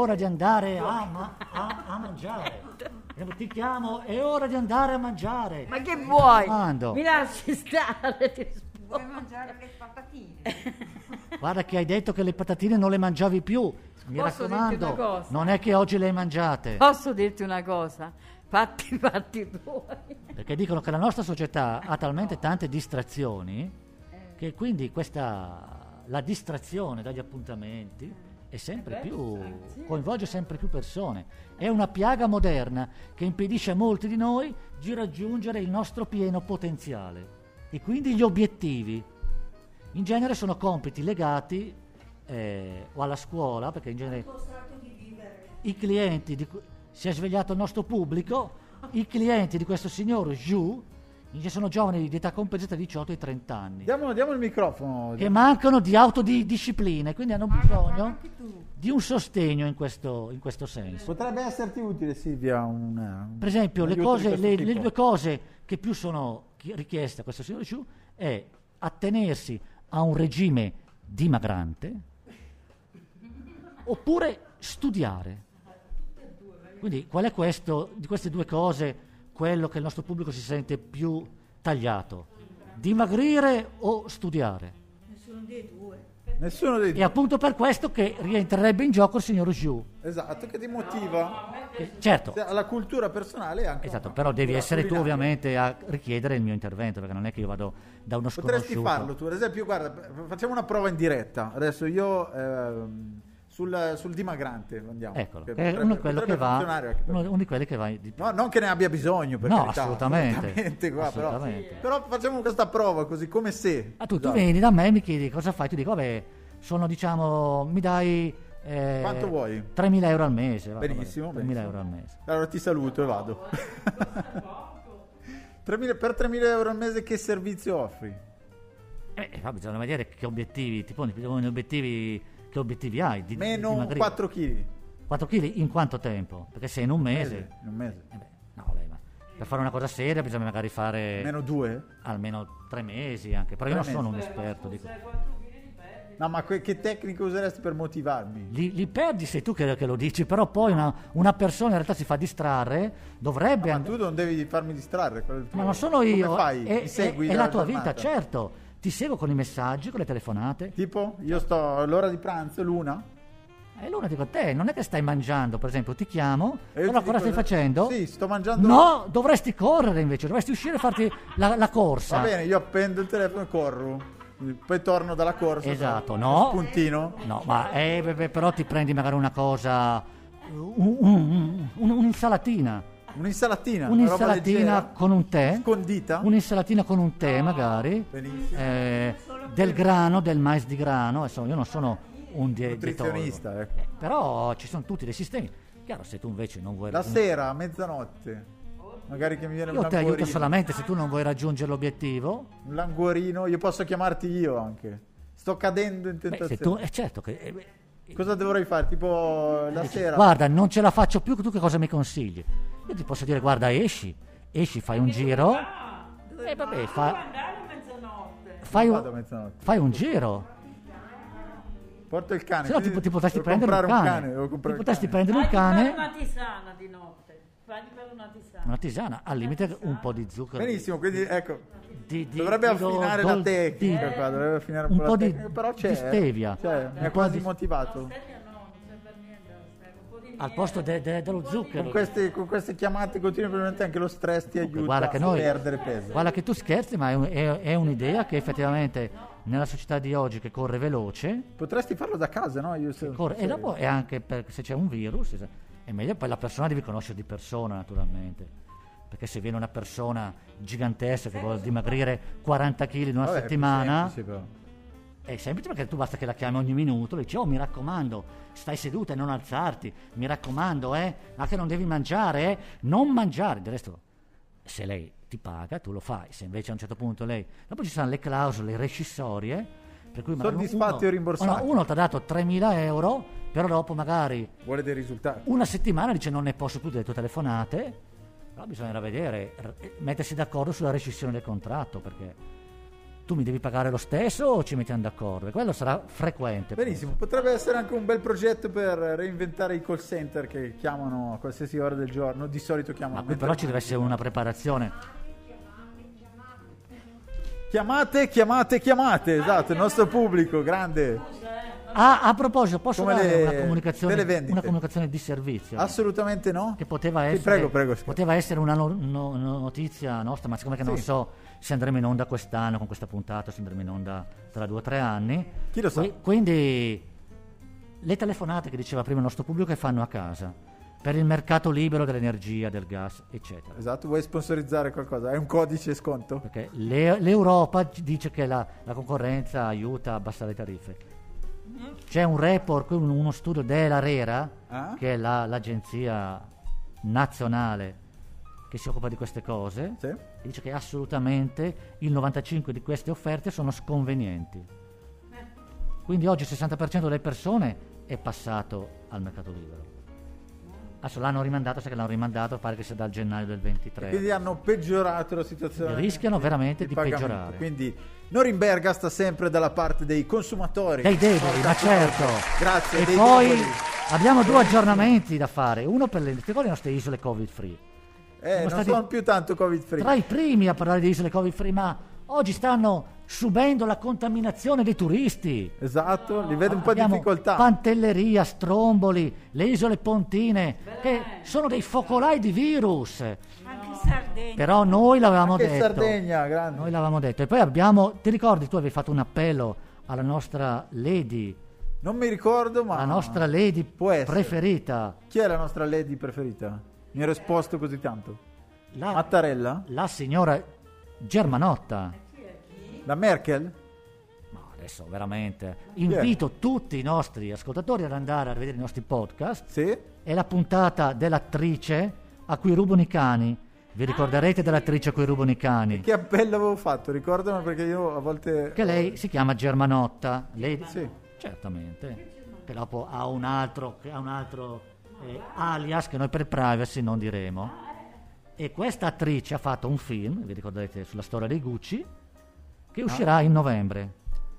a mangiare. Ti chiamo, è ora di andare a mangiare. Ma che vuoi? Quando? Mi lasci stare, ti Vuoi mangiare le patatine? Guarda che hai detto che le patatine non le mangiavi più. Mi Posso dirti una raccomando, cosa? non è che oggi le hai mangiate. Posso dirti una cosa? Fatti tuoi. Perché dicono che la nostra società ha talmente tante distrazioni che quindi la distrazione dagli appuntamenti è sempre più, coinvolge sempre più persone. È una piaga moderna che impedisce a molti di noi di raggiungere il nostro pieno potenziale. E quindi gli obiettivi in genere sono compiti legati o alla scuola, perché in genere i clienti si è svegliato il nostro pubblico, i clienti di questo signor Zhu sono giovani di età compresa tra i 18 e i 30 anni Diamo il microfono. che mancano di autodisciplina e quindi hanno bisogno di un sostegno in questo senso. Potrebbe esserti utile, Silvia, Per esempio, un le aiuto di questo le tipo. due cose che più sono richieste a questo signor Zhu è attenersi a un regime dimagrante oppure studiare. Quindi qual è di queste due cose quello che il nostro pubblico si sente più tagliato? Dimagrire o studiare? Nessuno dei E due. appunto per questo che rientrerebbe in gioco il signor Zhu. Esatto, che ti motiva Certo, alla cultura personale e anche. esatto, però devi essere tu culinaria. ovviamente a richiedere il mio intervento, perché non è che io vado da uno sconosciuto. Potresti farlo tu, ad esempio, guarda, facciamo una prova in diretta. Adesso io sul dimagrante andiamo. Eccolo, Che è uno di quelli che va, funzionare anche per- uno di quelli che va di più. No, non che ne abbia bisogno, per No, carità, assolutamente, qua, assolutamente. Però facciamo questa prova così, come se. Tu Esatto. vieni da me e mi chiedi cosa fai, ti dico vabbè, sono mi dai Quanto vuoi? 3.000 euro al mese. Benissimo, 3.000 benissimo. euro al mese. Allora ti saluto e vado. 3.000 euro al mese che servizio offri? Bisogna vedere che obiettivi ti poni, che obiettivi hai di Meno dimagrire. 4 kg. 4 kg in quanto tempo? Perché se in un mese. In un mese. Ma per fare una cosa seria bisogna magari fare Meno 2? almeno 3 mesi anche, però io non 3 sono un mesi. esperto. Dico. No, ma che tecniche useresti per motivarmi? Li perdi, sei tu che lo dici, però poi una persona in realtà si fa distrarre, dovrebbe Ma andare. tu non devi farmi distrarre. Ma non sono io, Come fai? è, Mi segui è la dalla tua giornata? vita, certo. Ti seguo con i messaggi, con le telefonate. Tipo, io sto all'ora di pranzo, l'una. E allora dico a te, non è che stai mangiando, per esempio, ti chiamo, E io allora ti cosa dico, stai facendo? Sì, sto mangiando. No, dovresti correre invece, dovresti uscire e farti la corsa. Va bene, io appendo il telefono e corro. Poi torno dalla corsa. Esatto, uno no. spuntino. No, ma però ti prendi magari una cosa, un'insalatina. Un'insalatina. una roba Un'insalatina leggera, con un tè. Scondita. Un'insalatina con un tè magari. Benissimo. Del grano, del mais di grano. Insomma, io non sono un Nutrizionista, ecco. però ci sono tutti dei sistemi. Chiaro, se tu invece non vuoi La sera, a mezzanotte. Magari che mi viene io un ti aiuto languorino. solamente se tu non vuoi raggiungere l'obiettivo. Un languorino, io posso chiamarti io anche. Sto cadendo in Beh, tentazione. se tu, è certo che Cosa dovrei fare? Tipo la sera? guarda, non ce la faccio più, tu che cosa mi consigli? Io ti posso dire, guarda, esci, fai un giro. E vabbè, andare a mezzanotte. Vado a mezzanotte. fai un giro. Porto il cane. Se no quindi ti potresti devo prendere un comprare cane. devo Ti comprare un potresti cane. prendere un cane, una tisana di notte. Fagli per una tisana. una tisana, al limite un po' di zucchero. Benissimo, quindi ecco. Di- Dovrebbe affinare la tecnica di- qua, dovrebbe affinare un un po' po' la di- tecnica, però c'è. di stevia. Cioè, mi Un ha po' quasi di- motivato. Stevia no, non serve per niente. Un po' di Al posto dello zucchero. Con queste chiamate continue, probabilmente anche lo stress ti aiuta Guarda che a noi, perdere peso. guarda che tu scherzi, ma è un'idea che effettivamente nella società di oggi che corre veloce, Potresti farlo da casa, no? Io e dopo è anche se c'è un virus, è meglio poi la persona devi conoscere di persona naturalmente. Perché se viene una persona gigantesca che vuole dimagrire 40 kg in una Vabbè, è più settimana, semplice, però. è semplice perché tu basta che la chiami ogni minuto, le dici oh mi raccomando, stai seduta e non alzarti, mi raccomando ma che non devi mangiare, non mangiare, del resto se lei ti paga tu lo fai, se invece a un certo punto lei, dopo ci sono le clausole rescissorie, per cui magari Soddisfatti o rimborsati? uno ti ha dato 3.000 euro, però dopo magari Vuole dei risultati. una settimana dice non ne posso più delle tue telefonate, però bisognerà vedere, mettersi d'accordo sulla rescissione del contratto, perché tu mi devi pagare lo stesso o ci mettiamo d'accordo? E quello sarà frequente. Benissimo, potrebbe essere anche un bel progetto per reinventare i call center che chiamano a qualsiasi ora del giorno, di solito chiamano. Ma qui però ci deve essere una preparazione. Chiamate, esatto, il nostro pubblico, grande. A proposito, posso Come dare una televendite. comunicazione di servizio? Assolutamente no. Che poteva Sì, essere, prego. poteva essere una notizia nostra, ma siccome che non Sì. so se andremo in onda quest'anno con questa puntata, se andremo in onda tra 2 o 3 anni. Chi lo sa? Quindi le telefonate che diceva prima il nostro pubblico che fanno a casa per il mercato libero dell'energia, del gas, eccetera. Esatto, vuoi sponsorizzare qualcosa? Hai un codice sconto? Perché l'Europa dice che la concorrenza aiuta a abbassare le tariffe. C'è un report, uno studio dell'ARERA, che è l'agenzia nazionale che si occupa di queste cose, Sì. e dice che assolutamente il 95% di queste offerte sono sconvenienti. Quindi oggi il 60% delle persone è passato al mercato libero. Adesso l'hanno rimandato, sai che l'hanno rimandato, pare che sia dal gennaio del 23. Quindi hanno peggiorato la situazione. Rischiano veramente di pagamento. peggiorare. Quindi Norimberga sta sempre dalla parte dei consumatori. Dei deboli, ma certo. Grazie. E dei poi deboli. abbiamo 2 aggiornamenti da fare. Uno per le nostre isole Covid free. Non stati sono più tanto Covid free. Tra i primi a parlare di isole Covid free, ma oggi stanno subendo la contaminazione dei turisti. Esatto, li vedo un po' di Abbiamo difficoltà. Pantelleria, Stromboli, le isole Pontine, che sono dei focolai di virus. Anche Sardegna. Però noi l'avevamo Anche detto. Sardegna, grande. Noi l'avevamo detto. E poi abbiamo, ti ricordi, tu avevi fatto un appello alla nostra lady, Non mi ricordo, ma la nostra lady può essere. preferita, Chi è la nostra lady preferita? Mi ero esposto così tanto. la, Mattarella? la signora Germanotta. La Merkel? Ma adesso veramente invito tutti i nostri ascoltatori ad andare a vedere i nostri podcast. Sì. È la puntata dell'attrice a cui rubano i cani. Vi ricorderete dell'attrice a cui rubano i cani? Che appello avevo fatto? Ricordano perché io a volte... Che lei si chiama Germanotta. Lei, Sì. certamente. Che dopo ha un altro alias che noi per privacy non diremo. E questa attrice ha fatto un film, vi ricorderete, sulla storia dei Gucci, che uscirà in novembre.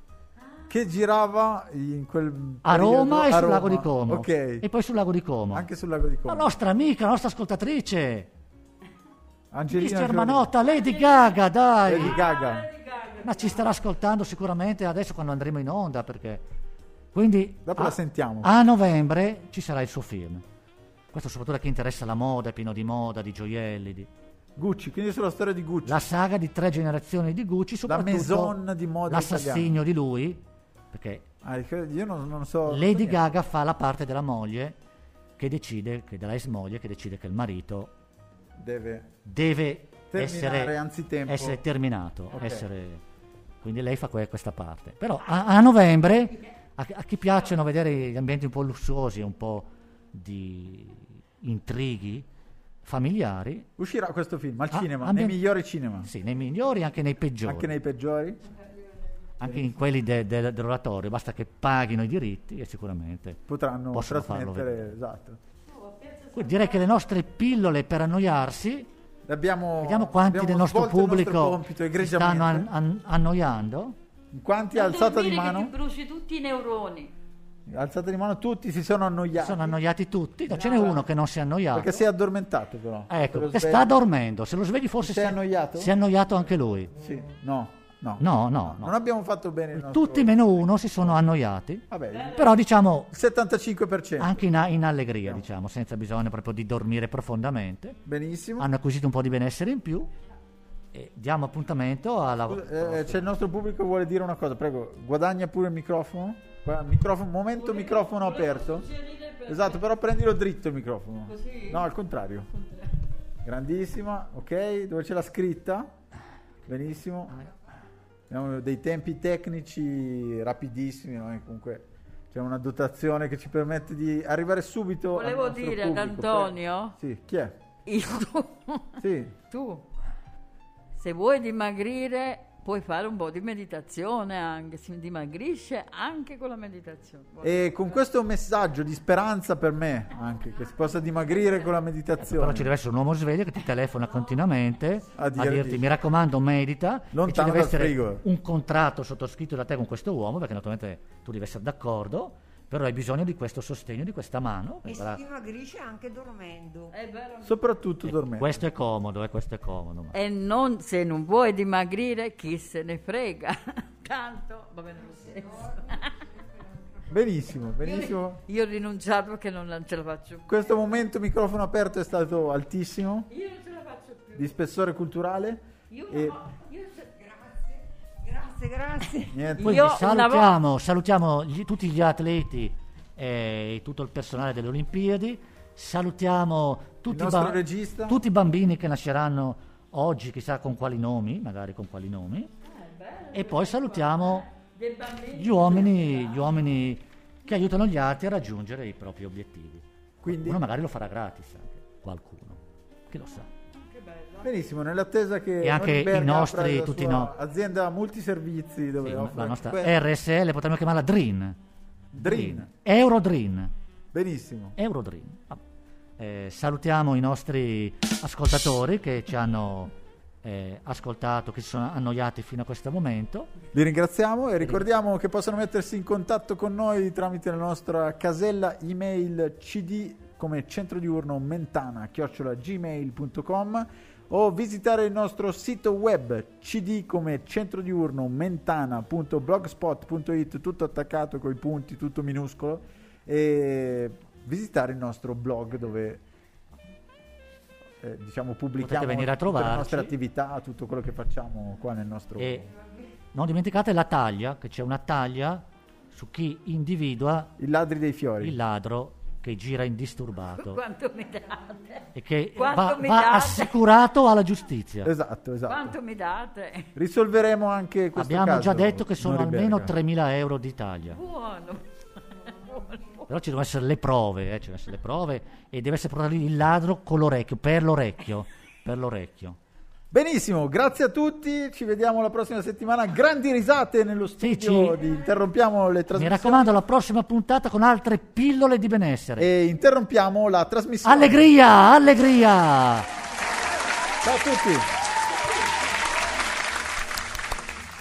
Che girava in quel A Roma periodo, e a sul lago Roma. di Como. Ok. E poi sul lago di Como. Anche sul lago di Como. La nostra amica, la nostra ascoltatrice, Angelina Miss Germanotta, Lady Gaga, dai. Lady Gaga. Ma ci starà ascoltando sicuramente adesso quando andremo in onda, perché quindi Dopo la sentiamo. a novembre ci sarà il suo film. Questo soprattutto a chi interessa la moda, è pieno di moda, di gioielli, di... Gucci, quindi sulla storia di Gucci. la saga di 3 generazioni di Gucci, La soprattutto maison di moda l'assassinio di lui, perché Io non so. Lady niente. Gaga fa la parte della moglie che decide, che della ex moglie che decide che il marito Deve deve terminare anzitempo. essere terminato, Ok. quindi lei fa questa parte. Però a novembre, a chi piacciono vedere gli ambienti un po' lussuosi, un po' di intrighi familiari, Uscirà questo film al cinema, ambien- nei migliori cinema. sì, nei migliori e anche nei peggiori, Anche nei peggiori. anche in quelli dell'oratorio, basta che paghino i diritti e sicuramente Potranno possono farlo trasmettere. vedere. Esatto. Quindi direi che le nostre pillole per annoiarsi, Vediamo quanti del nostro svolto il pubblico nostro compito si stanno egregiamente. annoiando. Quanti Non alzata di dormire che mano? ti bruci tutti i neuroni. Alzata di mano tutti si sono annoiati. Sono annoiati tutti, no, ce n'è uno che non si è annoiato. Perché si è addormentato però. Ecco, Se lo che svegli- sta dormendo. Se lo svegli forse Si è annoiato? si è annoiato anche lui. Sì. No. No. Non abbiamo fatto bene il nostro... Tutti meno uno si sono annoiati. Vabbè, Però diciamo il 75%. anche in allegria, diciamo, senza bisogno proprio di dormire profondamente. Benissimo. Hanno acquisito un po' di benessere in più. E diamo appuntamento alla... C'è il nostro pubblico che vuole dire una cosa, prego, guadagna pure il microfono. Momento microfono aperto. Esatto, però prendilo dritto il microfono. Così? No, al contrario. Grandissima, ok, dove c'è la scritta? Benissimo. Abbiamo dei tempi tecnici rapidissimi, no? Comunque c'è una dotazione che ci permette di arrivare subito al Volevo nostro dire ad pubblico. Antonio, Sì, chi è? tu, Sì, tu, se vuoi dimagrire puoi fare un po' di meditazione anche, si dimagrisce anche con la meditazione. E con questo messaggio di speranza per me, anche, che si possa dimagrire con la meditazione. Però ci deve essere un uomo sveglio che ti telefona continuamente a dirti mi raccomando medita, e ci Lontano deve dal essere frigo. un contratto sottoscritto da te con questo uomo, perché naturalmente tu devi essere d'accordo, però hai bisogno di questo sostegno, di questa mano. E si dimagrisce anche dormendo. È vero. Soprattutto dormendo. Questo è comodo, questo è comodo. E non, se non vuoi dimagrire, chi se ne frega. Tanto va bene lo stesso. Benissimo, benissimo. Io ho rinunciato perché non ce la faccio più. Questo momento microfono aperto è stato altissimo, Io non ce la faccio più. di spessore culturale. Io E- no, io Grazie. Niente. Quindi Io salutiamo tutti gli atleti e tutto il personale delle Olimpiadi, salutiamo tutti Il nostro regista. tutti i bambini che nasceranno oggi, chissà con quali nomi, magari con quali nomi, e poi salutiamo dei bambini. gli uomini che aiutano gli altri a raggiungere i propri obiettivi. Quindi, Uno magari lo farà gratis anche, qualcuno, chi lo sa. benissimo, nell'attesa che E anche Norimberga i nostri, apra la tutti sua no. azienda multiservizi dove Sì, offre la nostra que- RSL potremmo chiamarla Dream. Dream. Eurodream. Benissimo. Eurodream. Salutiamo i nostri ascoltatori che ci hanno ascoltato, che si sono annoiati fino a questo momento. Li ringraziamo e ricordiamo che possono mettersi in contatto con noi tramite la nostra casella email cd come centro diurno mentana @gmail.com o visitare il nostro sito web cd come centro diurno mentana.blogspot.it, tutto attaccato coi punti, tutto minuscolo, e visitare il nostro blog dove diciamo pubblichiamo venire a tutte le trovarci. nostre attività, tutto quello che facciamo qua nel nostro E non dimenticate la taglia, che c'è una taglia su chi individua i ladri dei fiori. il ladro che gira indisturbato Quanto mi date? e che Quanto va mi date? assicurato alla giustizia. Esatto. Quanto mi date? Risolveremo anche questo Abbiamo caso. già detto che sono Norimberga. almeno 3.000 euro di taglia. Buono. Però ci devono essere le prove, ci devono essere le prove e deve essere portato lì il ladro con l'orecchio, per l'orecchio. Benissimo, grazie a tutti, ci vediamo la prossima settimana. Grandi risate nello studio, interrompiamo le Mi trasmissioni raccomando, la prossima puntata con altre pillole di benessere. e interrompiamo la trasmissione. Allegria! Ciao a tutti.